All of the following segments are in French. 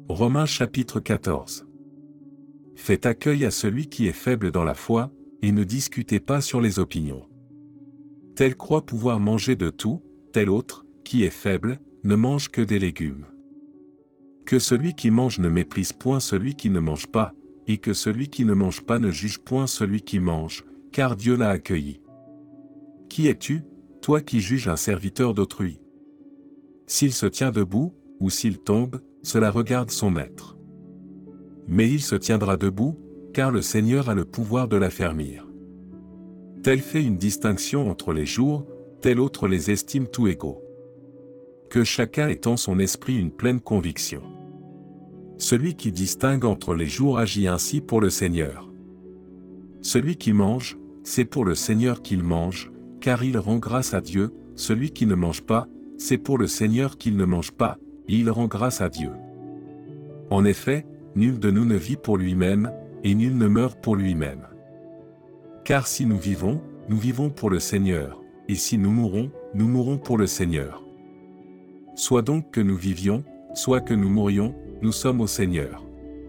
Romains chapitre 14. Faites accueil à celui qui est faible dans la foi, et ne discutez pas sur les opinions. Tel croit pouvoir manger de tout, tel autre, qui est faible, ne mange que des légumes. Que celui qui mange ne méprise point celui qui ne mange pas, et que celui qui ne mange pas ne juge point celui qui mange, car Dieu l'a accueilli. Qui es-tu, toi qui juges un serviteur d'autrui? S'il se tient debout, ou s'il tombe, cela regarde son maître. Mais il se tiendra debout, car le Seigneur a le pouvoir de l'affermir. Tel fait une distinction entre les jours, tel autre les estime tous égaux. Que chacun ait en son esprit une pleine conviction. Celui qui distingue entre les jours agit ainsi pour le Seigneur. Celui qui mange, c'est pour le Seigneur qu'il mange, car il rend grâce à Dieu. Celui qui ne mange pas, c'est pour le Seigneur qu'il ne mange pas, et il rend grâce à Dieu. En effet, nul de nous ne vit pour lui-même, et nul ne meurt pour lui-même. Car si nous vivons pour le Seigneur, et si nous mourrons pour le Seigneur. Soit donc que nous vivions, soit que nous mourions, nous sommes au Seigneur.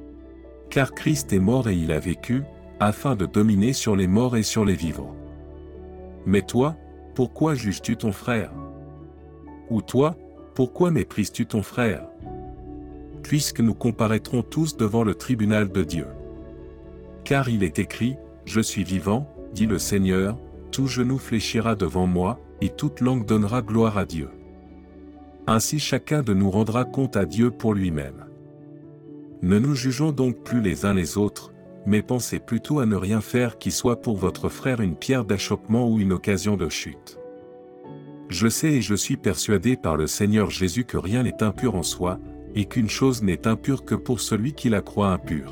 Car Christ est mort et il a vécu, afin de dominer sur les morts et sur les vivants. Mais toi, pourquoi juges-tu ton frère? Ou toi, pourquoi méprises-tu ton frère? Puisque nous comparaîtrons tous devant le tribunal de Dieu. Car il est écrit, « Je suis vivant, dit le Seigneur, tout genou fléchira devant moi, et toute langue donnera gloire à Dieu. » Ainsi chacun de nous rendra compte à Dieu pour lui-même. Ne nous jugeons donc plus les uns les autres, mais pensez plutôt à ne rien faire qui soit pour votre frère une pierre d'achoppement ou une occasion de chute. Je sais et je suis persuadé par le Seigneur Jésus que rien n'est impur en soi, et qu'une chose n'est impure que pour celui qui la croit impure.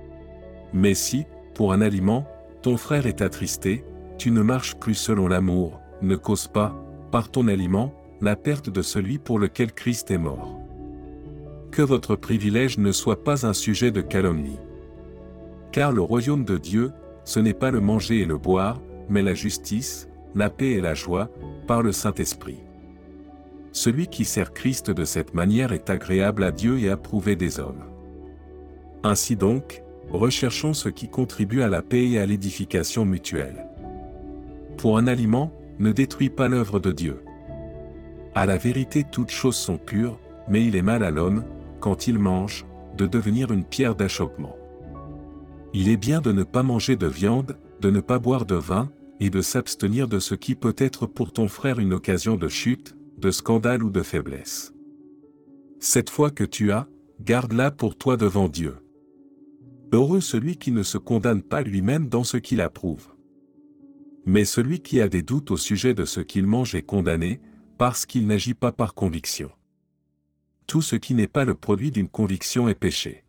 Mais si, pour un aliment, ton frère est attristé, tu ne marches plus selon l'amour, ne cause pas, par ton aliment, la perte de celui pour lequel Christ est mort. Que votre privilège ne soit pas un sujet de calomnie. Car le royaume de Dieu, ce n'est pas le manger et le boire, mais la justice, la paix et la joie, par le Saint-Esprit. Celui qui sert Christ de cette manière est agréable à Dieu et approuvé des hommes. Ainsi donc, recherchons ce qui contribue à la paix et à l'édification mutuelle. Pour un aliment, ne détruis pas l'œuvre de Dieu. À la vérité toutes choses sont pures, mais il est mal à l'homme, quand il mange, de devenir une pierre d'achoppement. Il est bien de ne pas manger de viande, de ne pas boire de vin, et de s'abstenir de ce qui peut être pour ton frère une occasion de chute, de scandale ou de faiblesse. Cette foi que tu as, garde-la pour toi devant Dieu. Heureux celui qui ne se condamne pas lui-même dans ce qu'il approuve. Mais celui qui a des doutes au sujet de ce qu'il mange est condamné, parce qu'il n'agit pas par conviction. Tout ce qui n'est pas le produit d'une conviction est péché.